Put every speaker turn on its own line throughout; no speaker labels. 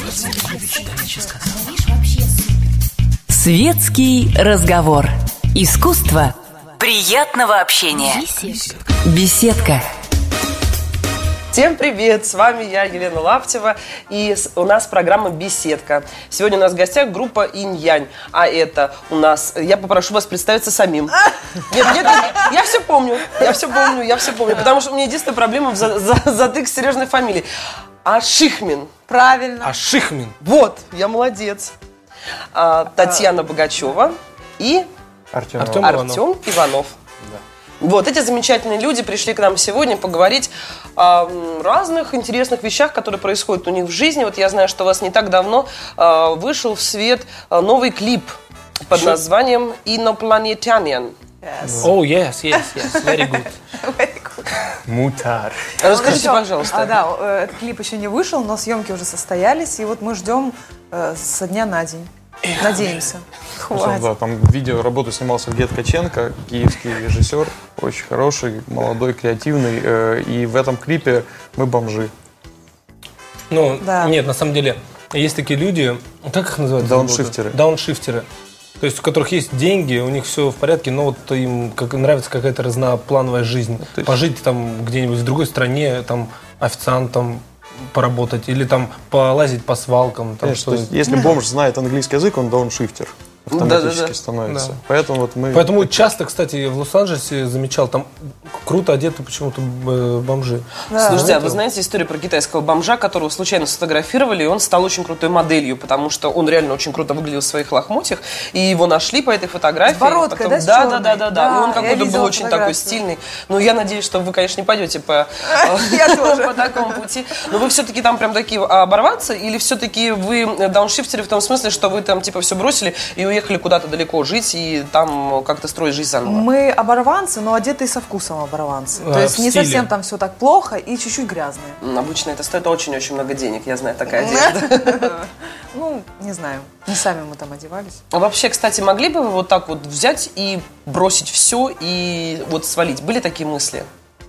Светский разговор. Искусство приятного общения. Беседка.
Всем привет! С вами я, Елена Лаптева, и у нас программа «Беседка». Сегодня у нас в гостях группа «Инь-Янь», а это у нас... Я попрошу вас представиться самим. Нет, я все помню, потому что у меня единственная проблема в затык с Сережной фамилией. Ашихмин.
Правильно.
Ашихмин.
Вот, я молодец. Татьяна Богачева и
Артем
Иванов. Вот, эти замечательные люди пришли к нам сегодня поговорить о разных интересных вещах, которые происходят у них в жизни. Вот я знаю, что у вас не так давно вышел в свет новый клип под названием «Инопланетянин».
Yes. Oh, yes, very good. Мутар.
Расскажите, пожалуйста.
Этот клип еще не вышел, но съемки уже состоялись, и вот мы ждем со дня на день. Надеемся. Хватит.
Да, там работу снимался Гет Ткаченко, киевский режиссер, очень хороший, молодой, креативный. И в этом клипе мы бомжи.
Ну, да. Нет, на самом деле, есть такие люди, как их называют?
Дауншифтеры.
Дауншифтеры. То есть у которых есть деньги, у них все в порядке, но вот им нравится какая-то разноплановая жизнь. Пожить там где-нибудь в другой стране, там официантом поработать или там полазить по свалкам. Там,
конечно, если бомж знает английский язык, он дауншифтер. Автоматически становится.
Да.
Поэтому
часто, кстати, в Лос-Анджелесе замечал, там круто одеты почему-то бомжи.
Да. Слушайте, а вы знаете историю про китайского бомжа, которого случайно сфотографировали, и он стал очень крутой моделью, потому что он реально очень круто выглядел в своих лахмотьях, и его нашли по этой фотографии.
С бородкой,
потом...
да?
Да. И он какой-то был очень такой стильный. Но я надеюсь, что вы, конечно, не пойдете по такому пути. Но вы все-таки там прям такие оборванцы, или все-таки вы дауншифтеры в том смысле, что вы там типа все бросили и уехали куда-то далеко жить и там как-то строить жизнь заново?
Мы оборванцы, но одетые со вкусом оборванцы. То есть не совсем там все так плохо и чуть-чуть грязные.
Обычно это стоит очень-очень много денег, я знаю, такая одежда.
Ну, не знаю, не сами мы там одевались.
А вообще, кстати, могли бы вы вот так вот взять и бросить все и вот свалить? Были такие мысли?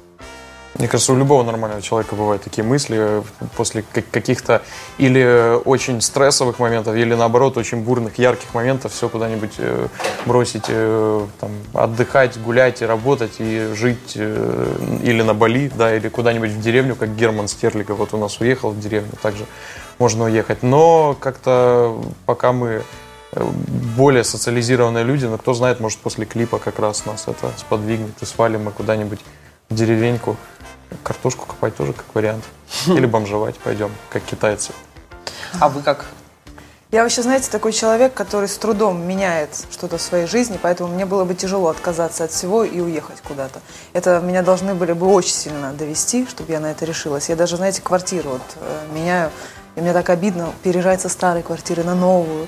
Мне кажется, у любого нормального человека бывают такие мысли после каких-то или очень стрессовых моментов, или наоборот очень бурных, ярких моментов, все куда-нибудь бросить, там, отдыхать, гулять и работать, и жить или на Бали, да, или куда-нибудь в деревню, как Герман Стерлигов вот у нас уехал в деревню, также можно уехать. Но как-то пока мы более социализированные люди, но кто знает, может после клипа как раз нас это сподвигнет и свалим мы куда-нибудь в деревеньку. Картошку копать тоже как вариант. Или бомжевать пойдем, как китайцы.
А вы как?
Я вообще, знаете, такой человек, который с трудом меняет что-то в своей жизни, поэтому мне было бы тяжело отказаться от всего и уехать куда-то. Это меня должны были бы очень сильно довести, чтобы я на это решилась. Я даже, знаете, квартиру вот меняю, и мне так обидно переезжать со старой квартиры на новую.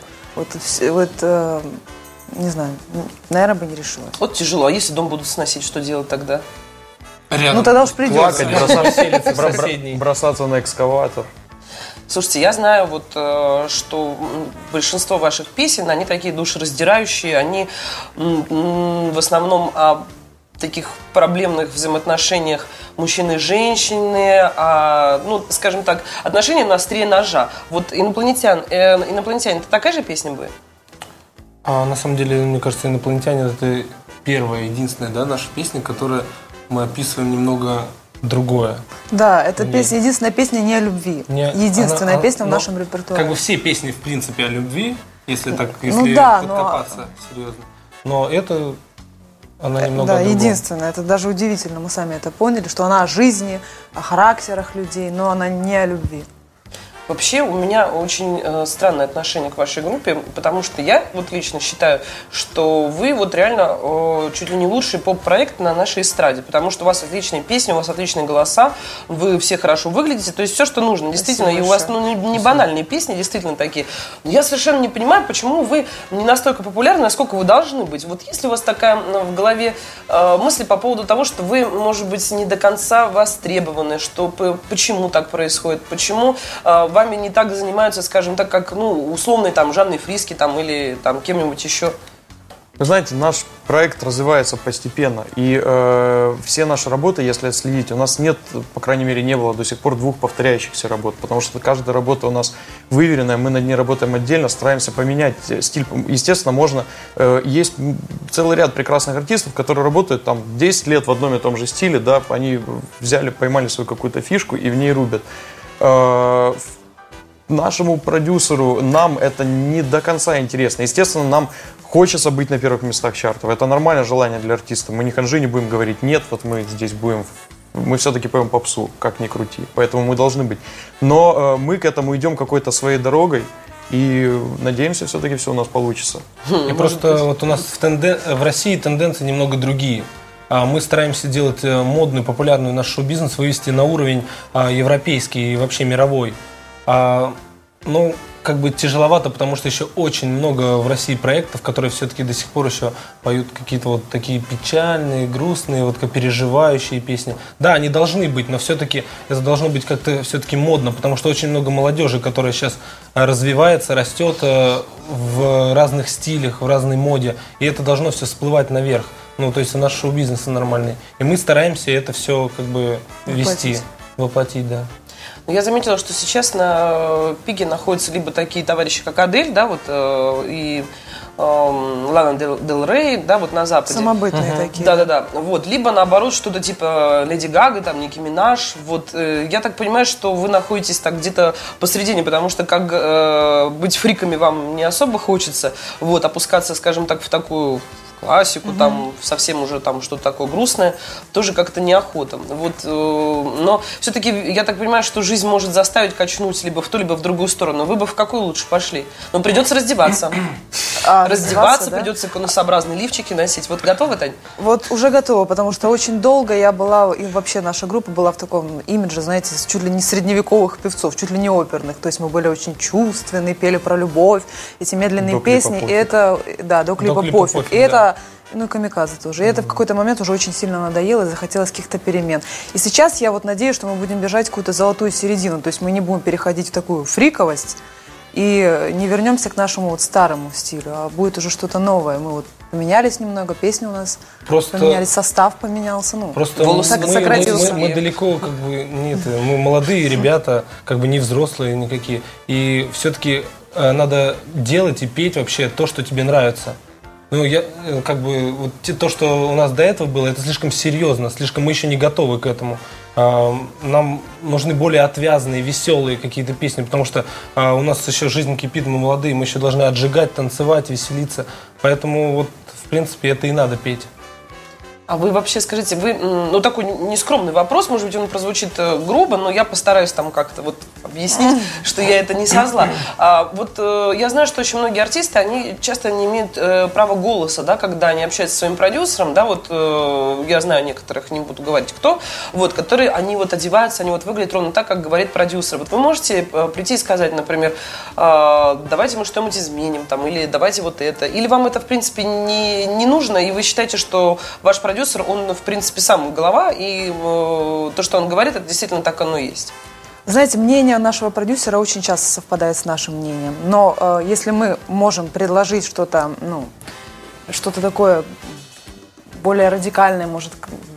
Не знаю, наверное, бы не решилась.
Вот тяжело. А если дом будут сносить, что делать тогда?
Рядом.
Ну тогда уж придется.
Бросаться на экскаватор.
Слушайте, я знаю, вот, что большинство ваших песен, они такие душераздирающие, они в основном о таких проблемных взаимоотношениях мужчины и женщины, скажем так, отношения на острие ножа. Вот «Инопланетянин» это такая же песня будет?
На самом деле, мне кажется, «Инопланетянин» это первая, единственная, да, наша песня, которая мы описываем немного другое.
Да, это песня, единственная песня не о любви. Единственная песня в нашем репертуаре.
Как бы все песни, в принципе, о любви, если подкопаться серьезно. Но это она немного другая. Да,
единственная. Это даже удивительно, мы сами это поняли, что она о жизни, о характерах людей, но она не о любви.
Вообще у меня очень странное отношение к вашей группе, потому что я вот лично считаю, что вы вот реально чуть ли не лучший поп-проект на нашей эстраде, потому что у вас отличные песни, у вас отличные голоса, вы все хорошо выглядите, то есть все, что нужно, действительно, и у вас не банальные песни, действительно такие. Но я совершенно не понимаю, почему вы не настолько популярны, насколько вы должны быть. Вот если у вас такая в голове мысль по поводу того, что вы, может быть, не до конца востребованы, что почему так происходит, почему вами не так занимаются, скажем так, как, условный там Жанной Фриске там, или там кем-нибудь еще?
Вы знаете, наш проект развивается постепенно, и все наши работы, если следить, у нас нет, по крайней мере, не было до сих пор 2 повторяющихся работ, потому что каждая работа у нас выверенная, мы над ней работаем отдельно, стараемся поменять стиль. Естественно, можно, есть целый ряд прекрасных артистов, которые работают там 10 лет в одном и том же стиле, да, они взяли, поймали свою какую-то фишку и в ней рубят. Нашему продюсеру, нам это не до конца интересно. Естественно, нам хочется быть на первых местах чартов. Это нормальное желание для артиста. Мы ни ханжи не будем говорить, нет, вот мы здесь будем... Мы все-таки поем попсу, как ни крути. Поэтому мы должны быть. Но мы к этому идем какой-то своей дорогой. И надеемся, все-таки все у нас получится.
И просто вот у нас в России тенденции немного другие. Мы стараемся делать модную, популярную наш шоу-бизнес, вывести на уровень европейский и вообще мировой. Ну, как бы тяжеловато, потому что еще очень много в России проектов, которые все-таки до сих пор еще поют какие-то вот такие печальные, грустные, вот как переживающие песни. Да, они должны быть, но все-таки это должно быть как-то все-таки модно, потому что очень много молодежи, которая сейчас развивается, растет в разных стилях, в разной моде, и это должно все всплывать наверх. Ну, то есть наш шоу-бизнес нормальный. И мы стараемся это все как бы вести, воплотить, да.
Я заметила, что сейчас на пике находятся либо такие товарищи, как Адель, да, вот, и Лана Дель Рей, да, вот на Западе.
Самобытные такие.
Да-да-да. Вот. Либо наоборот, что-то типа Леди Гага, там, Ники Минаж. Вот. Я так понимаю, что вы находитесь так где-то посередине, потому что как быть фриками вам не особо хочется. Вот. Опускаться, скажем так, в такую классику, там совсем уже там что-то такое грустное, тоже как-то неохота. Вот, но все-таки я так понимаю, что жизнь может заставить качнуть либо в ту, либо в другую сторону. Вы бы в какую лучше пошли? Но придется раздеваться. Раздеваться, да? Придется конусообразные лифчики носить. Вот готовы, Тань?
Вот уже готова, потому что очень долго я была, и вообще наша группа была в таком имидже, знаете, чуть ли не средневековых певцов, чуть ли не оперных. То есть мы были очень чувственные, пели про любовь, эти медленные песни. И это, да, до клипа «Пофиг». И это, ну и «Камикадзе» тоже. И это в какой-то момент уже очень сильно надоело, и захотелось каких-то перемен. И сейчас я вот надеюсь, что мы будем бежать какую-то золотую середину. То есть мы не будем переходить в такую фриковость, и не вернемся к нашему вот старому стилю, а будет уже что-то новое. Мы вот поменялись немного, песни у нас поменялись, состав поменялся, ну,
просто мы далеко, как бы, нет, мы молодые ребята, как бы не взрослые никакие, и все-таки надо делать и петь вообще то, что тебе нравится. Ну, я, как бы, вот то, что у нас до этого было, это слишком серьезно, слишком мы еще не готовы к этому. Нам нужны более отвязные, веселые какие-то песни, потому что у нас еще жизнь кипит, мы молодые, мы еще должны отжигать, танцевать, веселиться. Поэтому вот, в принципе, это и надо петь.
А вы вообще скажите, вы, ну такой нескромный вопрос, может быть, он прозвучит грубо, но я постараюсь там как-то вот объяснить, что я это не со зла. Вот я знаю, что очень многие артисты, они часто не имеют права голоса, да, когда они общаются со своим продюсером, да, вот я знаю некоторых, не буду говорить кто, вот, которые, они вот одеваются, они вот выглядят ровно так, как говорит продюсер. Вот вы можете прийти и сказать, например, давайте мы что-нибудь изменим, там, или давайте вот это, или вам это, в принципе, не нужно, и вы считаете, что ваш продюсер, он, в принципе, сам голова, и то, что он говорит, это действительно так оно и есть.
Знаете, мнение нашего продюсера очень часто совпадает с нашим мнением. Но если мы можем предложить что-то, ну, что-то такое более радикальное, может,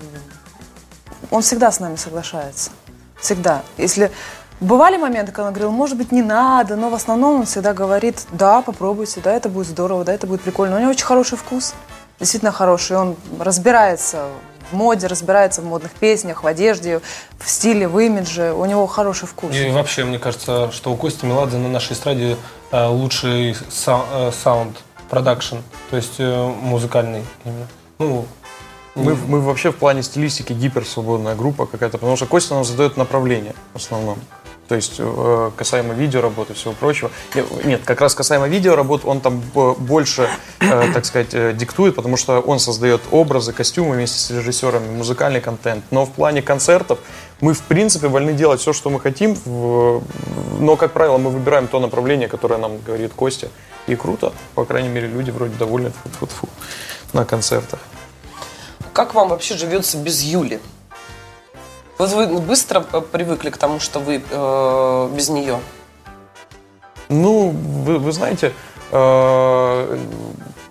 он всегда с нами соглашается. Всегда. Если бывали моменты, когда он говорил, может быть, не надо, но в основном он всегда говорит, да, попробуйте, да, это будет здорово, да, это будет прикольно. У него очень хороший вкус. Действительно хороший, он разбирается в моде, разбирается в модных песнях, в одежде, в стиле, в имидже, у него хороший вкус.
И вообще, мне кажется, что у Кости Меладзе на нашей эстраде лучший саунд, продакшн, то есть музыкальный именно. Ну,
мы вообще в плане стилистики гиперсвободная группа какая-то, потому что Костя нам задает направление в основном. То есть касаемо видеоработы и всего прочего. Нет, как раз касаемо видеоработ, он там больше, так сказать, диктует, потому что он создает образы, костюмы вместе с режиссерами, музыкальный контент. Но в плане концертов мы, в принципе, вольны делать все, что мы хотим, но, как правило, мы выбираем то направление, которое нам говорит Костя. И круто, по крайней мере, люди вроде довольны на концертах.
Как вам вообще живется без Юли? Вот вы быстро привыкли к тому, что вы без нее?
Ну, вы знаете,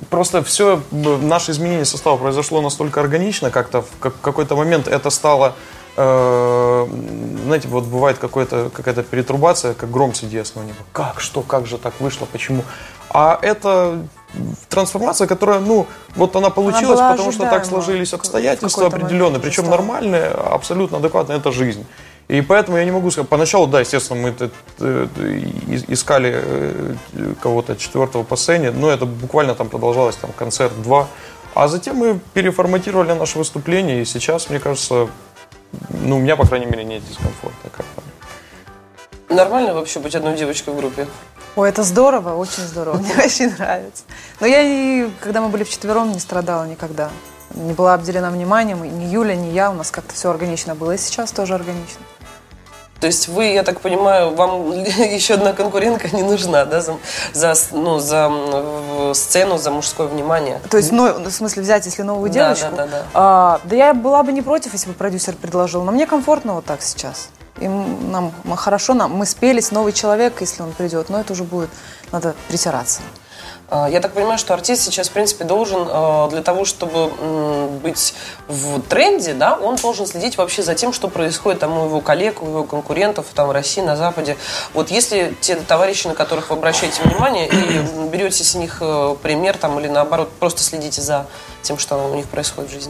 просто все, наше изменение состава произошло настолько органично, как-то в какой-то момент это стало, знаете, вот бывает какая-то перетрубация, как гром с ясного неба. Как, что, как же так вышло, почему? А это трансформация, которая, вот она получилась, потому что так сложились обстоятельства определенные, причем нормальные, абсолютно адекватные, это жизнь. И поэтому я не могу сказать, поначалу, да, естественно, мы искали кого-то 4-го по сцене, но это буквально там продолжалось концерт 2, а затем мы переформатировали наше выступление, и сейчас, мне кажется, у меня, по крайней мере, нет дискомфорта.
Нормально вообще быть одной девочкой в группе?
Ой, это здорово, очень здорово, мне очень нравится. Но я, когда мы были вчетвером, не страдала никогда. Не была обделена вниманием, ни Юля, ни я, у нас как-то все органично было, и сейчас тоже органично.
То есть вы, я так понимаю, вам еще одна конкурентка не нужна, да, за сцену, за мужское внимание?
То есть, в смысле, взять, если новую девочку? Да, я была бы не против, если бы продюсер предложил, но мне комфортно вот так сейчас. И нам хорошо, мы спелись, новый человек, если он придет, но это уже будет, надо притираться.
Я так понимаю, что артист сейчас, в принципе, должен для того, чтобы быть в тренде, да, он должен следить вообще за тем, что происходит там у его коллег, у его конкурентов там, в России, на Западе. Вот если те товарищи, на которых вы обращаете внимание, и берете с них пример там, или наоборот, просто следите за тем, что у них происходит в жизни?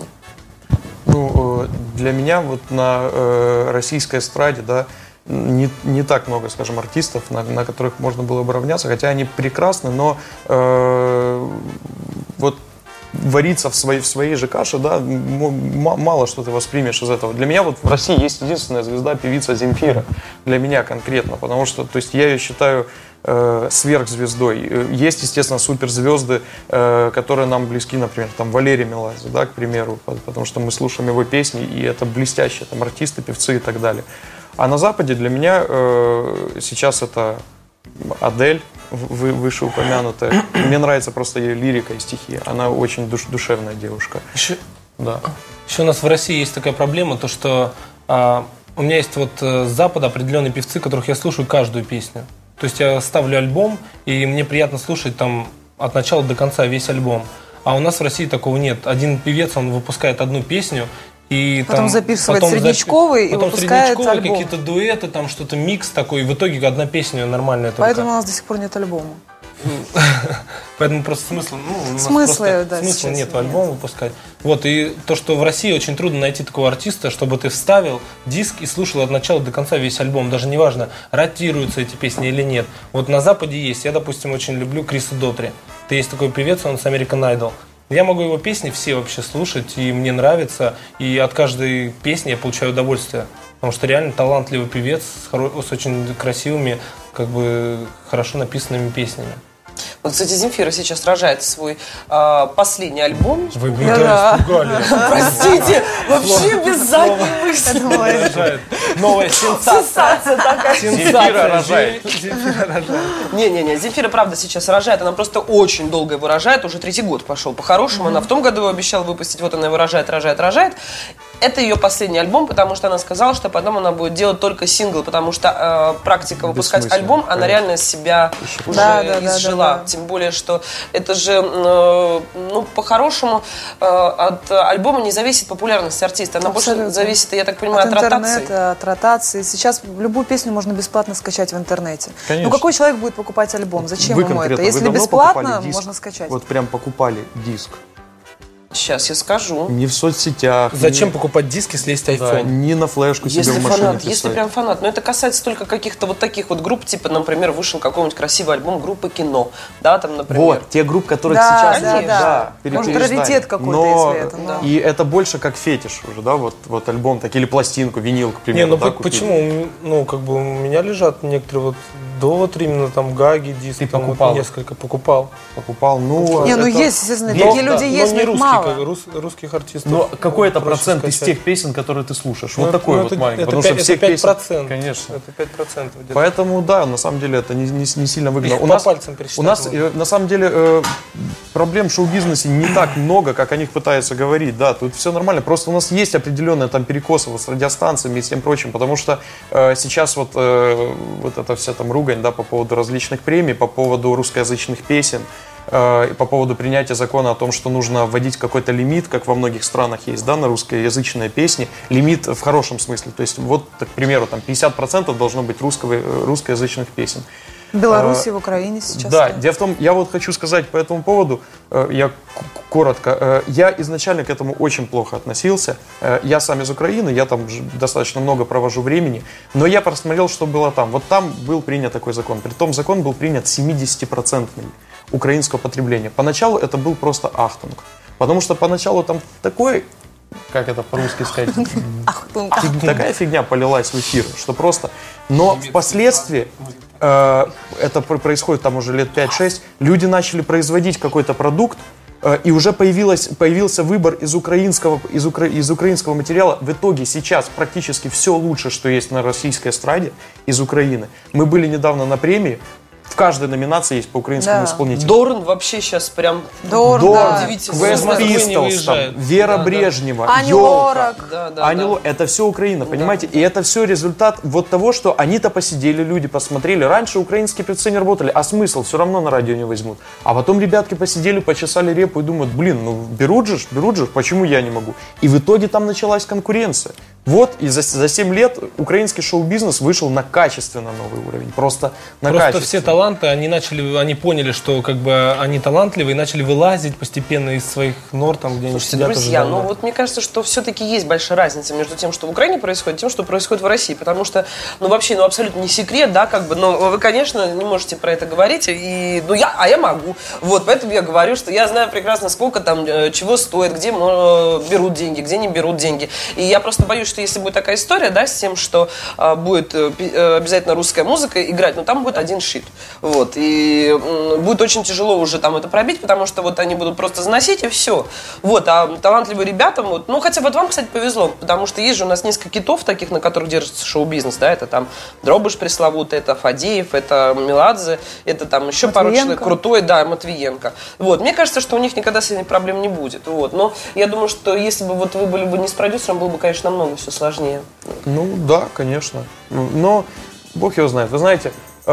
Для меня вот на российской эстраде, да, не так много, скажем, артистов, на которых можно было бы равняться, хотя они прекрасны, но вот вариться в своей же каше, да, мало что ты воспримешь из этого. Для меня вот в России есть единственная звезда, певица Земфира, для меня конкретно, потому что, то есть я ее считаю сверхзвездой. Есть, естественно, суперзвезды, которые нам близки, например, там Валерий Меладзе, да, к примеру, потому что мы слушаем его песни, и это блестящие там артисты, певцы и так далее. А на Западе для меня сейчас это Адель, вышеупомянутая. Мне нравится просто ее лирика и стихи. Она очень душевная девушка.
Еще у нас в России есть такая проблема, то что у меня есть вот с Запада определенные певцы, которых я слушаю каждую песню. То есть я ставлю альбом, и мне приятно слушать там от начала до конца весь альбом. А у нас в России такого нет. Один певец, он выпускает одну песню, и
потом записывает среднячковый и выпускает альбом.
Какие-то дуэты, там что-то микс такой, и в итоге одна песня нормальная только.
Поэтому у нас до сих пор нет альбома.
Поэтому просто смысла нет альбома выпускать. Вот, и то, что в России очень трудно найти такого артиста, чтобы ты вставил диск и слушал от начала до конца весь альбом. Даже неважно, ротируются эти песни или нет. Вот на Западе есть. Я, допустим, очень люблю Криса Дотри. Есть такой певец, он с American Idol. Я могу его песни все вообще слушать, и мне нравится. И от каждой песни я получаю удовольствие. Потому что реально талантливый певец с очень красивыми, хорошо написанными песнями.
Вот, кстати, Земфира сейчас рожает свой последний альбом.
Вы меня испугали.
Простите, вообще без задней мысли.
Новая сенсация такая.
Земфира рожает.
Не-не-не, Земфира, правда, сейчас рожает. Она просто очень долго его рожает. Уже 3-й год пошел по-хорошему. Она в том году его обещала выпустить. Вот она его рожает. Это ее последний альбом, потому что она сказала, что потом она будет делать только синглы, потому что практика выпускать альбом, она реально себя уже изжила. Тем более, что это же, по-хорошему, от альбома не зависит популярность артиста. Она больше зависит, я так понимаю, от ротации.
От ротации. Сейчас любую песню можно бесплатно скачать в интернете.
Конечно.
Какой человек будет покупать альбом? Зачем ему это? Если бесплатно, можно скачать.
Вот прям покупали диск.
Сейчас я скажу.
Не в соцсетях.
Зачем покупать диск, если есть iPhone?
Да, не на флешку себе в машине писать.
Если прям фанат. Но это касается только каких-то вот таких вот групп, типа, например, вышел какой-нибудь красивый альбом группы Кино. Да, там, например.
Вот, те группы, которых сейчас
может, раритет какой-то, если это.
И это больше как фетиш уже, да, вот альбом, так, или пластинку, винил, к примеру.
Почему? У меня лежат некоторые именно там Гаги, диски.
Ты покупал?
Несколько покупал.
Есть, естественно, такие люди есть, но их мало.
Русских артистов.
Но какой-то процент из тех песен, которые ты слушаешь? Вот такой вот маленький. Потому что всех песен... Конечно.
Это 5%.
Поэтому, да, на самом деле это не сильно выгодно.
У нас,
на самом деле, проблем в шоу-бизнесе не так много, как о них пытаются говорить. Да, тут все нормально. Просто у нас есть определенные там перекосы с радиостанциями и всем прочим. Потому что сейчас вот эта вся там ругань, да, по поводу различных премий, по поводу русскоязычных песен. по поводу принятия закона о том, что нужно вводить какой-то лимит, как во многих странах есть, да, на русскоязычные песни. Лимит в хорошем смысле. То есть вот, к примеру, там 50% должно быть русскоязычных песен.
В Беларуси, в Украине сейчас.
Да, дело в том, я вот хочу сказать по этому поводу, я коротко, я изначально к этому очень плохо относился. Я сам из Украины, я там достаточно много провожу времени, но я просмотрел, что было там. Вот там был принят такой закон. Притом закон был принят 70% украинского потребления. Поначалу это был просто ахтунг. Потому что поначалу там такой, как это по-русски сказать, такая фигня полилась в эфир, что просто... Но впоследствии, это происходит там уже лет 5-6, люди начали производить какой-то продукт, и уже появился выбор из украинского материала. В итоге сейчас практически все лучшее, что есть на российской эстраде, из Украины. Мы были недавно на премии. В каждой номинации есть по украинскому исполнителю.
Дорн вообще сейчас прям...
Дорн,
Квест Пистолс, Вера Брежнева, Ёлка. Это все Украина, понимаете? И это все результат вот того, что они-то посидели, люди посмотрели. Раньше украинские певцы не работали, а смысл? Все равно на радио не возьмут. А потом ребятки посидели, почесали репу и думают, блин, ну берут же, почему я не могу? И в итоге там началась конкуренция. Вот, и за 7 лет украинский шоу-бизнес вышел на качественно новый уровень. Просто
все таланты, они поняли, что как бы они талантливые, и начали вылазить постепенно из своих нор, там, где они сидят.
Друзья, ну вот мне кажется, что все-таки есть большая разница между тем, что в Украине происходит, и тем, что происходит в России. Потому что, вообще, абсолютно не секрет, да, как бы, но вы, конечно, не можете про это говорить, я могу. Вот, поэтому я говорю, что я знаю прекрасно, сколько там, чего стоит, где берут деньги, где не берут деньги. И я просто боюсь, что если будет такая история, да, с тем, что будет обязательно русская музыка играть, но там будет один шит. Вот. И будет очень тяжело уже там это пробить, потому что вот они будут просто заносить и все. Вот. А талантливые ребята, хотя вот вам, кстати, повезло, потому что есть же у нас несколько китов таких, на которых держится шоу-бизнес, да, это там Дробыш пресловутый, это Фадеев, это Меладзе, это там еще пару человек, крутой, да, Матвиенко. Вот. Мне кажется, что у них никогда с этим проблем не будет. Вот. Но я думаю, что если бы вот вы были бы не с продюсером, было бы, конечно, намного все сложнее.
Ну, да, конечно. Но бог его знает. Вы знаете,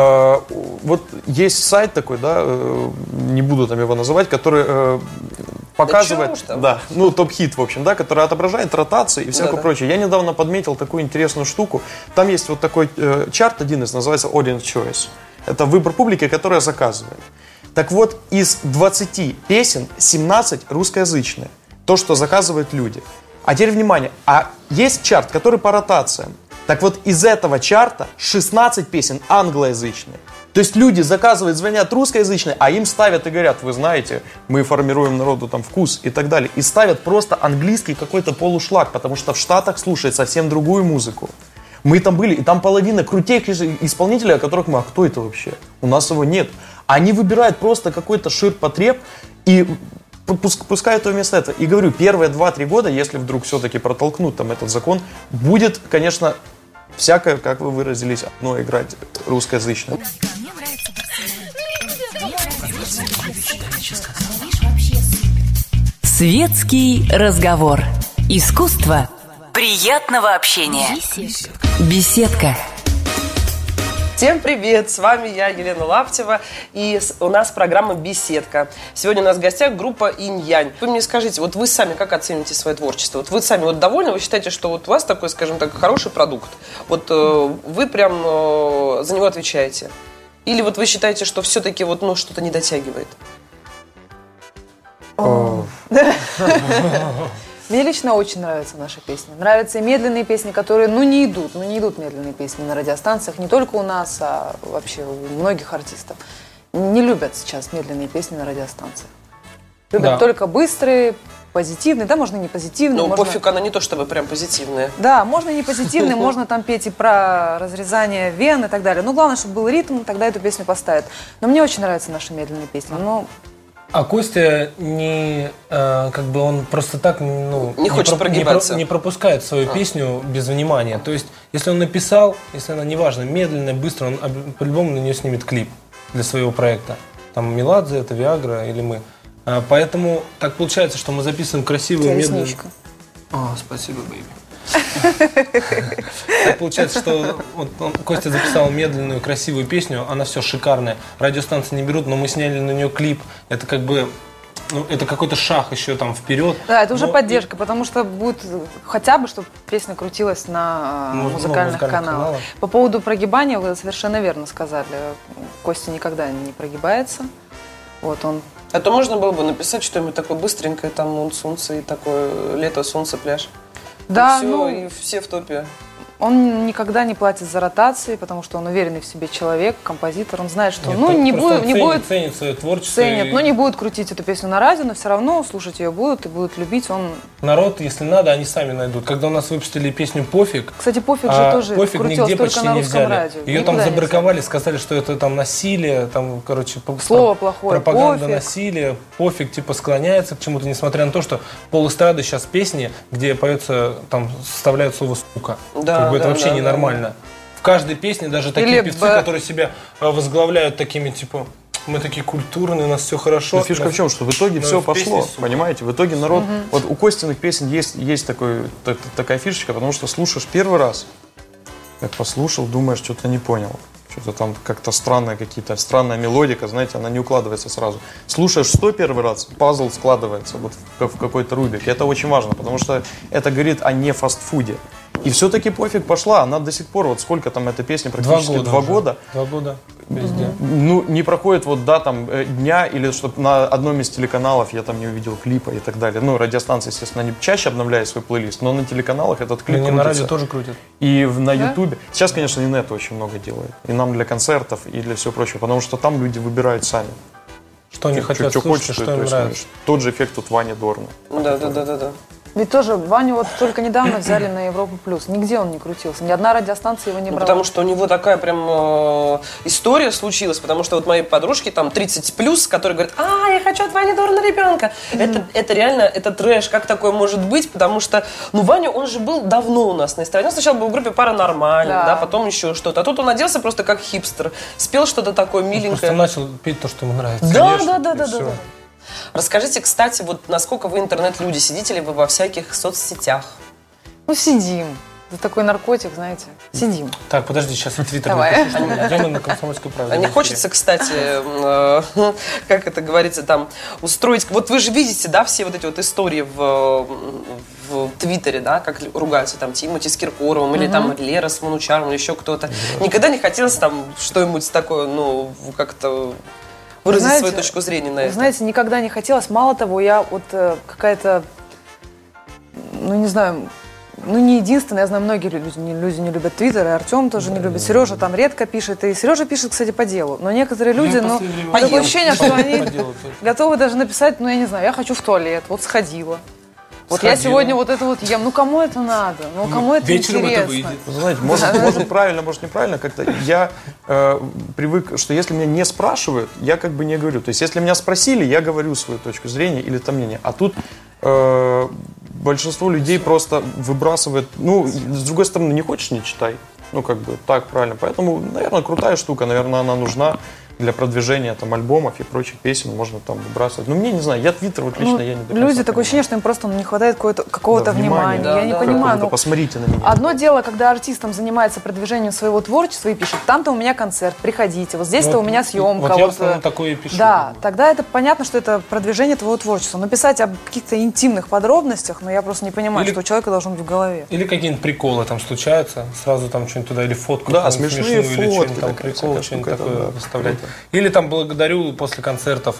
вот есть сайт такой, да, не буду там его называть, который показывает, топ-хит, в общем, да, который отображает ротации и всякое прочее. Я недавно подметил такую интересную штуку. Там есть вот такой чарт, один из, называется Audience Choice. Это выбор публики, которая заказывает. Так вот, из 20 песен 17 русскоязычные. То, что заказывают люди. А теперь внимание, есть чарт, который по ротациям. Так вот, из этого чарта 16 песен англоязычные. То есть люди заказывают, звонят русскоязычные, а им ставят и говорят, вы знаете, мы формируем народу там вкус и так далее. И ставят просто английский какой-то полушлаг, потому что в Штатах слушают совсем другую музыку. Мы там были, и там половина крутейших исполнителей, о которых мы, а кто это вообще? У нас его нет. Они выбирают просто какой-то ширпотреб и... пускают его вместо этого. И говорю, первые 2-3 года, если вдруг все-таки протолкнут там этот закон, будет, конечно, всякое, как вы выразились, одно играть русскоязычное.
Светский разговор. Искусство приятного общения. Беседка.
Всем привет! С вами я, Елена Лаптева, и у нас программа «Беседка». Сегодня у нас в гостях группа «Инь-Янь». Вы мне скажите, вот вы сами как оцените свое творчество? Вот вы сами довольны? Вы считаете, что вот у вас такой, скажем так, хороший продукт? Вот вы прям за него отвечаете? Или вот вы считаете, что все-таки что-то не дотягивает?
Мне лично очень нравятся наши песни. Нравятся и медленные песни, которые, не идут медленные песни на радиостанциях. Не только у нас, а вообще у многих артистов. Не любят сейчас медленные песни на радиостанциях. Любят только быстрые, позитивные, да, можно и не позитивные.
Ну, пофиг, она не то чтобы прям позитивная.
Да, можно и не позитивные, можно там петь и про разрезание вен и так далее. Но главное, чтобы был ритм, тогда эту песню поставят. Но мне очень нравятся наши медленные песни.
А Костя он просто так
не хочет прогибаться.
Не пропускает свою песню без внимания. То есть, если он написал, если она неважно, медленно, быстро, он по-любому на нее снимет клип для своего проекта. Там Меладзе, это Виагра или мы. Поэтому так получается, что мы записываем красивую медленную.
Ресничка.
Спасибо, бэйби. Так получается, что Костя записал медленную, красивую песню, она все шикарная. Радиостанции не берут, но мы сняли на нее клип. Это как бы... Ну, это какой-то шаг еще там вперед.
Да, это уже поддержка, потому что будет хотя бы, чтобы песня крутилась на музыкальных каналах. По поводу прогибания вы совершенно верно сказали. Костя никогда не прогибается. Вот он.
А то можно было бы написать что-нибудь такое быстренькое, там мун, солнце и такое лето, солнце, пляж.
Да,
и все, и все в топе.
Он никогда не платит за ротации, потому что он уверенный в себе человек, композитор. Он знает, что
ценит свое творчество.
Ценит, но не будет крутить эту песню на радио, но все равно слушать ее будут и будут любить.
Народ, если надо, они сами найдут. Когда у нас выпустили песню «Пофиг»,
кстати, «Пофиг» же тоже крутилась только на русском радио.
Ее там забраковали, сказали, что это там насилие, там, короче,
слово плохое,
пропаганда насилия. «Пофиг» типа склоняется к чему-то, несмотря на то, что полэстрады сейчас песни, где поется, там составляют слово «сука».
Да.
Это вообще ненормально. В каждой песне даже такие певцы, которые себя возглавляют такими, типа, мы такие культурные, у нас все хорошо.
Но фишка в чем, что в итоге все пошло, понимаете? В итоге народ... Вот у Костиных песен есть такая фишечка, потому что слушаешь первый раз, как послушал, думаешь, что-то не понял. Что-то там как-то странная мелодика, знаете, она не укладывается сразу. Слушаешь 101 раз, пазл складывается вот в какой-то рубик. И это очень важно, потому что это говорит о не фастфуде. И все-таки «Пофиг» пошла, она до сих пор, вот сколько там эта песня, практически 2 года.
2 года везде.
Ну, не проходит дня, или чтобы на одном из телеканалов я там не увидел клипа и так далее. Ну, радиостанции, естественно, они чаще обновляют свой плейлист, но на телеканалах этот клип крутится.
На радио тоже крутят.
И на Ютубе. Сейчас, конечно, Инет очень много делает. И нам для концертов, и для всего прочего, потому что там люди выбирают сами.
Что они хотят слушать, что им нравится.
Тот же эффект от Вани Дорна.
Да.
Ведь тоже Ваню вот только недавно взяли на Европу Плюс. Нигде он не крутился, ни одна радиостанция его не брала.
Потому что у него такая прям история случилась, потому что вот мои подружки там 30+, которые говорят, я хочу от Вани Дорна ребенка. Это реально, это трэш, как такое может быть, потому что, Ваня, он же был давно у нас на эстраде. Он сначала был в группе «Паранормально», да, потом еще что-то. А тут он оделся просто как хипстер, спел что-то такое миленькое.
Просто начал петь то, что ему нравится.
Да. Расскажите, кстати, вот насколько вы интернет-люди, сидите ли вы во всяких соцсетях?
Сидим. Это такой наркотик, знаете. Сидим.
Так, подожди, сейчас в Твиттер
напишу.
Где мы на «Комсомольскую правду»?
Не хочется, кстати, как это говорится, там, устроить... Вот вы же видите, да, все вот эти вот истории в Твиттере, да, как ругаются там Тимати с Киркоровым, или там Лера с Манучаром, или еще кто-то. Никогда не хотелось там что-нибудь такое, как-то... выразить свою точку зрения на это.
Знаете, никогда не хотелось. Мало того, я вот какая-то, не знаю, не единственная. Я знаю, многие люди не любят Твиттер, и Артем тоже не любит. Сережа там редко пишет. И Сережа пишет, кстати, по делу. Но некоторые люди, такое ощущение, что они готовы даже написать, я не знаю, я хочу в туалет, вот сходила. Вот я сегодня вот это вот ем. Кому это надо? Кому это
вечером
интересно?
это выйдет.
Знаете, может правильно, может неправильно. Как-то я привык, что если меня не спрашивают, я как бы не говорю. То есть, если меня спросили, я говорю свою точку зрения или там мнение. А тут большинство людей просто выбрасывает. С другой стороны, не хочешь, не читай. Так правильно. Поэтому, наверное, крутая штука. Наверное, она нужна для продвижения там альбомов и прочих песен, можно там выбрасывать. Мне не знаю, я Твиттер вот лично я не до конца
люди, такое ощущение, что им просто не хватает какого-то внимания. Я не понимаю.
Посмотрите на меня.
Одно дело, когда артистом занимается продвижением своего творчества и пишет, там-то у меня концерт, приходите, вот здесь-то у меня съемка.
Вот я в основном такое и пишу.
Да, тогда это понятно, что это продвижение твоего творчества. Но писать об каких-то интимных подробностях, я просто не понимаю, что у человека должно быть в голове.
Или какие-нибудь приколы там случаются, сразу там что-нибудь туда, или фотку.
Да, смешные фотки.
Или что-нибудь там, прикол, что-нибудь такое выставлять. Или там благодарю после концертов,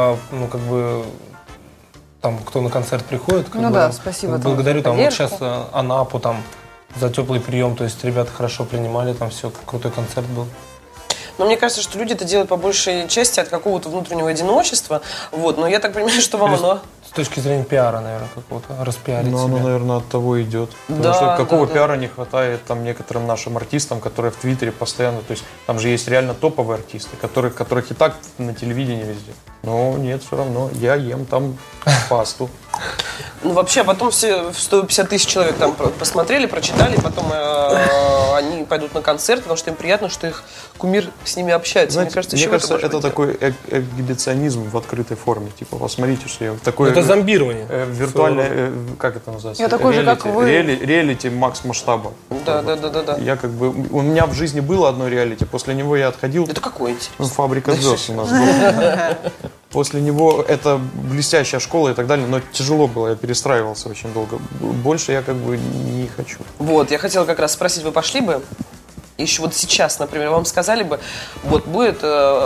там, кто на концерт приходит,
спасибо.
Благодарю там вот сейчас Анапу там за теплый прием, то есть ребята хорошо принимали, там все, крутой концерт был.
Но мне кажется, что люди это делают по большей части от какого-то внутреннего одиночества, но я так понимаю, что вам оно...
С точки зрения пиара, наверное, какого-то, распиарить себя.
Оно, наверное, от того идет. Потому что какого пиара не хватает там некоторым нашим артистам, которые в Твиттере постоянно, то есть там же есть реально топовые артисты, которых и так на телевидении везде. Но нет, все равно, я ем там пасту.
Вообще, потом все 150 тысяч человек там посмотрели, прочитали, потом они пойдут на концерт, потому что им приятно, что их кумир с ними общается.
Знаете, мне кажется, это
быть
такой эксгибиционизм в открытой форме. Типа, посмотрите, что я такой...
Это зомбирование.
Виртуальное, как это называется?
Я такой же, как вы.
Реалити макс масштаба.
Да.
Я как бы... У меня в жизни было одно реалити, после него я отходил...
Это какое интересно?
«Фабрика звезд» у нас была. После него это блестящая школа и так далее, но тяжело было, я перестраивался очень долго. Больше я как бы не хочу.
Вот, я хотела как раз спросить, вы пошли бы, еще вот сейчас, например, вам сказали бы, вот будет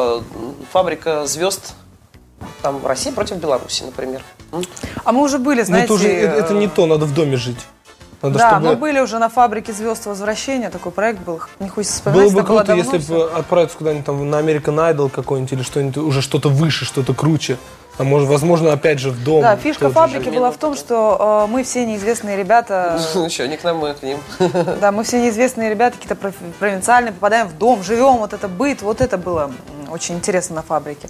«Фабрика звезд», там, Россия против Беларуси, например.
А мы уже были,
Но
знаете...
это уже это не то, надо в доме жить. Надо,
Да,
чтобы...
мы были уже на «Фабрике звезд возвращения», такой проект был. Не хочется вспоминать,
Было бы
это было
круто,
давно
если
всё.
бы отправиться куда-нибудь там на American Idol какой-нибудь или что-нибудь, уже что-то выше, что-то круче. А может, возможно, опять же в дом.
Да, фишка
тот же
«Фабрики»
жить.
была в том, что мы все неизвестные ребята,
Еще не к нам, мы к ним.
да, мы все неизвестные ребята, какие-то провинциальные, попадаем в дом, живем, вот это быт, вот это было очень интересно на «Фабрике».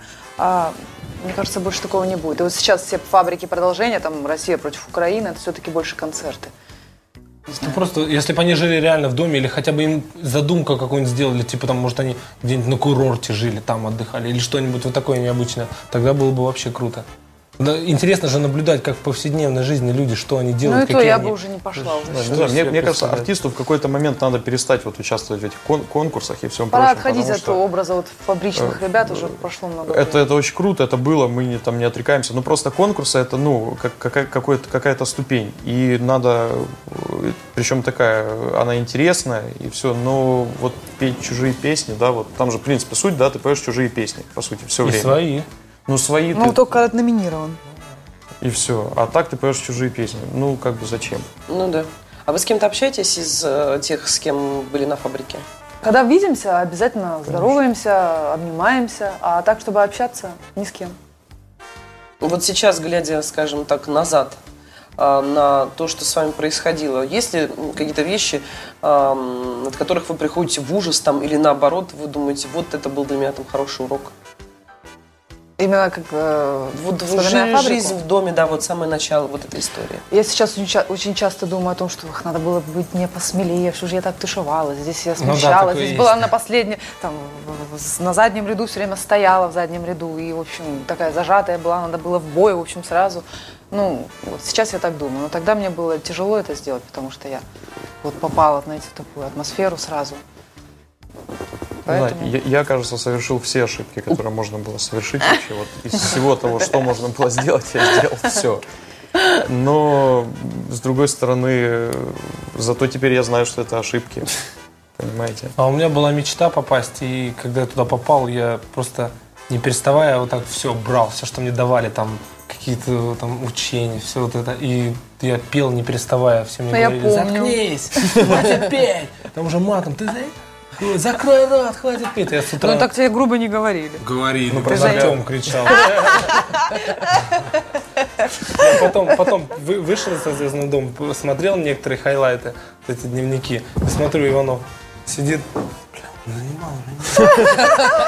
Мне кажется, больше такого не будет. И вот сейчас все «Фабрики» продолжения, там «Россия против Украины», это все-таки больше концерты.
Ну, просто, если бы они жили реально в доме, или хотя бы им задумку какую-нибудь сделали, типа там, может, они где-нибудь на курорте жили, там отдыхали, или что-нибудь вот такое необычное, тогда было бы вообще круто. Да, интересно же наблюдать, как в повседневной жизни люди, что они делают,
Ну и то
какие
я
они...
бы уже не пошла. Уже.
Не
всё.
знаю, мне кажется,
представляет.
артисту в какой-то момент надо перестать вот участвовать в этих конкурсах и всем
Пора
прочем.
отходить
потому
от
что
образа вот фабричных ребят, уже прошло много
это
времени.
очень круто, это было, мы там не отрекаемся. Но просто конкурсы это, ну, какая-то ступень. И надо, причем такая, она интересная и все, но вот петь чужие песни, да, вот там же, в принципе, суть, да, ты поешь чужие песни, по сути, все
И
время.
свои.
Ну, свои
Ну,
ты,
только когда номинирован.
и все. А так ты поешь чужие песни. Ну, как бы зачем?
Ну да. А вы с кем-то общаетесь из тех, с кем были на «Фабрике»?
Когда видимся, обязательно здороваемся, обнимаемся, а так, чтобы общаться, ни с кем.
Вот сейчас, глядя, скажем так, назад на то, что с вами происходило, есть ли какие-то вещи, от которых вы приходите в ужас там, или наоборот, вы думаете, вот это был для меня там хороший урок?
Именно как
Вот
вспоминая «Фабрику».
жизнь в доме, да, вот самое начало вот этой истории.
Я сейчас очень часто думаю о том, что надо было быть мне посмелее, что же я так тушевалась, здесь я
Ну да,
смущалась,
такое
здесь
есть.
была на последнем, там, на заднем ряду все время стояла в заднем ряду, и, в общем, такая зажатая была, надо было в бой, в общем, сразу. Ну, вот сейчас я так думаю, но тогда мне было тяжело это сделать, потому что я вот попала, знаете, в такую атмосферу сразу. Поэтому...
Знаете, я, кажется, совершил все ошибки, которые можно было совершить вообще. Вот из всего того, что можно было сделать, я сделал все. Но, с другой стороны, зато теперь я знаю, что это ошибки. Понимаете?
А у меня была мечта попасть, и когда я туда попал, я просто не переставая вот так все брал, все, что мне давали, там какие-то там учения, все вот это. И я пел, не переставая, все мне
Ну, я
говорили,
помню.
заткнись, хватит петь. Там уже матом, ты закрой рот, хватит петь. Я с утра...
Ну, так тебе грубо не говорили.
Говорили,
Ну,
про
про
Артем кричал. Потом вышел из «Звездного дома», смотрел некоторые хайлайты, эти дневники. И смотрю, Иванов сидит, занимал.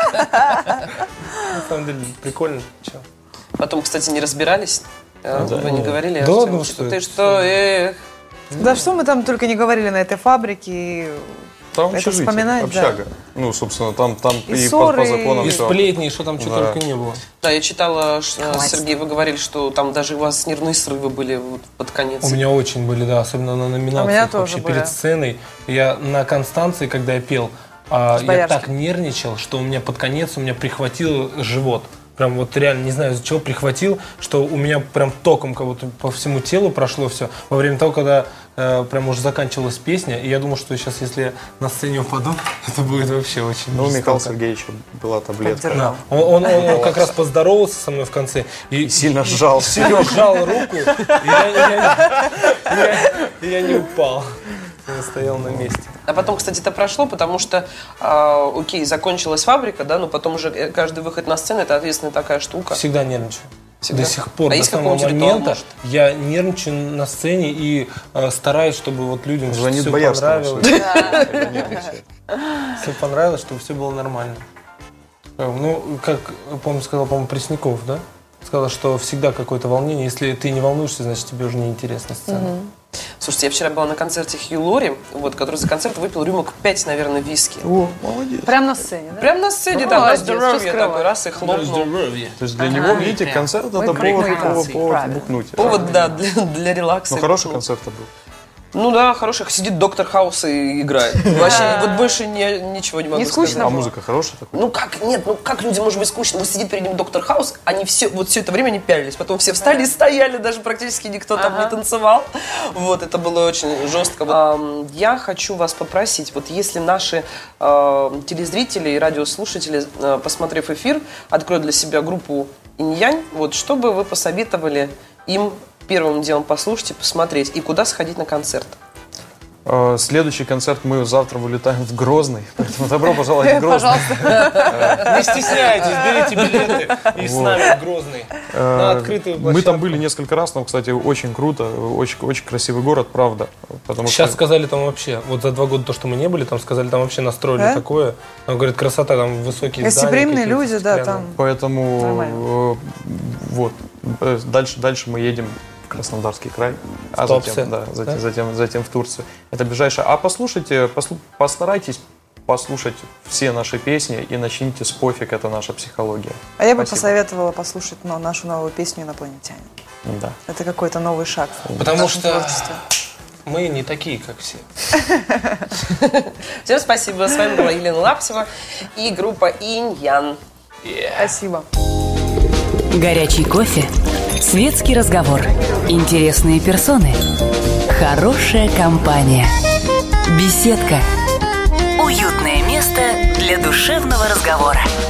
На самом деле, прикольно. Чё?
Потом, кстати, не разбирались? Вы не говорили?
Да,
Артём,
ну
что
что
ты
это,
что,
Да что мы там только не говорили на этой «Фабрике», и
Там
это
общежитие,
вспоминать,
общага. Ну, собственно, там
И
и
ссоры,
по законам
И
все.
сплетни, и что там что
Да.
только не было.
Да, я читала,
Хватит.
Сергей, вы говорили, что там даже у вас нервные срывы были вот под конец.
У меня очень были, да, особенно на номинациях.
У меня тоже
вообще
были.
перед сценой. Я на Констанции, когда я пел, я
Боярский.
так нервничал, что у меня под конец у меня прихватил живот. Прям вот реально не знаю, из-за чего прихватил, что у меня прям током как будто по всему телу прошло все. Во время того, когда прям уже заканчивалась песня, и я думал, что сейчас, если я на сцене упаду, это будет вообще очень
Ну, у
жестоко.
Михаила Сергеевича была таблетка.
Поддержал.
Да. Он как раз поздоровался со мной в конце и
Сильно сжал.
сильно сжал руку, и я не упал. Я стоял на месте.
А потом, кстати, это прошло, потому что, окей, закончилась «Фабрика», да, но потом уже каждый выход на сцену – это ответственная такая штука.
Всегда нервничаю.
Всегда?
До сих пор,
А
до
есть
самого
какой-нибудь ритуал,
момента
может?
я нервничаю на сцене и стараюсь, чтобы вот людям
Звонит
все
Боярскому.
понравилось. Все понравилось, чтобы все было нормально. Ну, как, помню, сказал, по-моему, Пресняков, да? Сказал, что всегда какое-то волнение. Если ты не волнуешься, значит, тебе уже не интересна сцена.
Слушайте, я вчера была на концерте Хью Лори, вот, который за концерт выпил рюмок 5, наверное, виски.
О, молодец.
Прям на сцене, да?
Прям на сцене,
Ну,
да, на
молодец,
здоровье
что
такой раз и хлопнул.
То есть для него, видите, концерт это повод бухнуть.
Повод, да, для релакса.
Ну, хороший концерт был.
Ну да, хороший. Сидит доктор Хаус и играет. Вообще, вот больше ничего не могу
Не скучно
сказать.
А музыка хорошая такая?
Ну как, нет, ну как людям может быть скучно? Вот сидит перед ним доктор Хаус, они все это время не пялились. Потом все встали и стояли, даже практически никто там не танцевал. Вот, это было очень жестко. Я хочу вас попросить, вот если наши телезрители и радиослушатели, посмотрев эфир, откроют для себя группу Инь-Янь, вот, что бы вы посоветовали им первым делом послушать и посмотреть, и куда сходить на концерт?
Следующий концерт мы завтра вылетаем в Грозный, поэтому добро пожаловать в Грозный.
Не стесняйтесь, берите билеты и с нами в Грозный. На открытую площадку.
Мы там были несколько раз, там, кстати, очень круто, очень красивый город, правда.
Сейчас сказали там вообще, вот за 2 года то, что мы не были, там сказали, там вообще настроили такое. Там, говорят, красота, там высокие здания.
Гостеприимные люди, да, там.
Поэтому вот, дальше мы едем в Краснодарский край, а затем в Турцию. Это ближайшее. А послушайте, постарайтесь послушать все наши песни и начните с «Пофиг», это наша психология.
А я бы посоветовала послушать нашу новую песню «Инопланетяне».
Да.
Это какой-то новый шаг.
Потому что мы не такие, как все.
Всем спасибо. С вами была Елена Лаптева и группа Инь-Ян.
Спасибо.
Горячий кофе, светский разговор, интересные персоны, хорошая компания, беседка, уютное место для душевного разговора.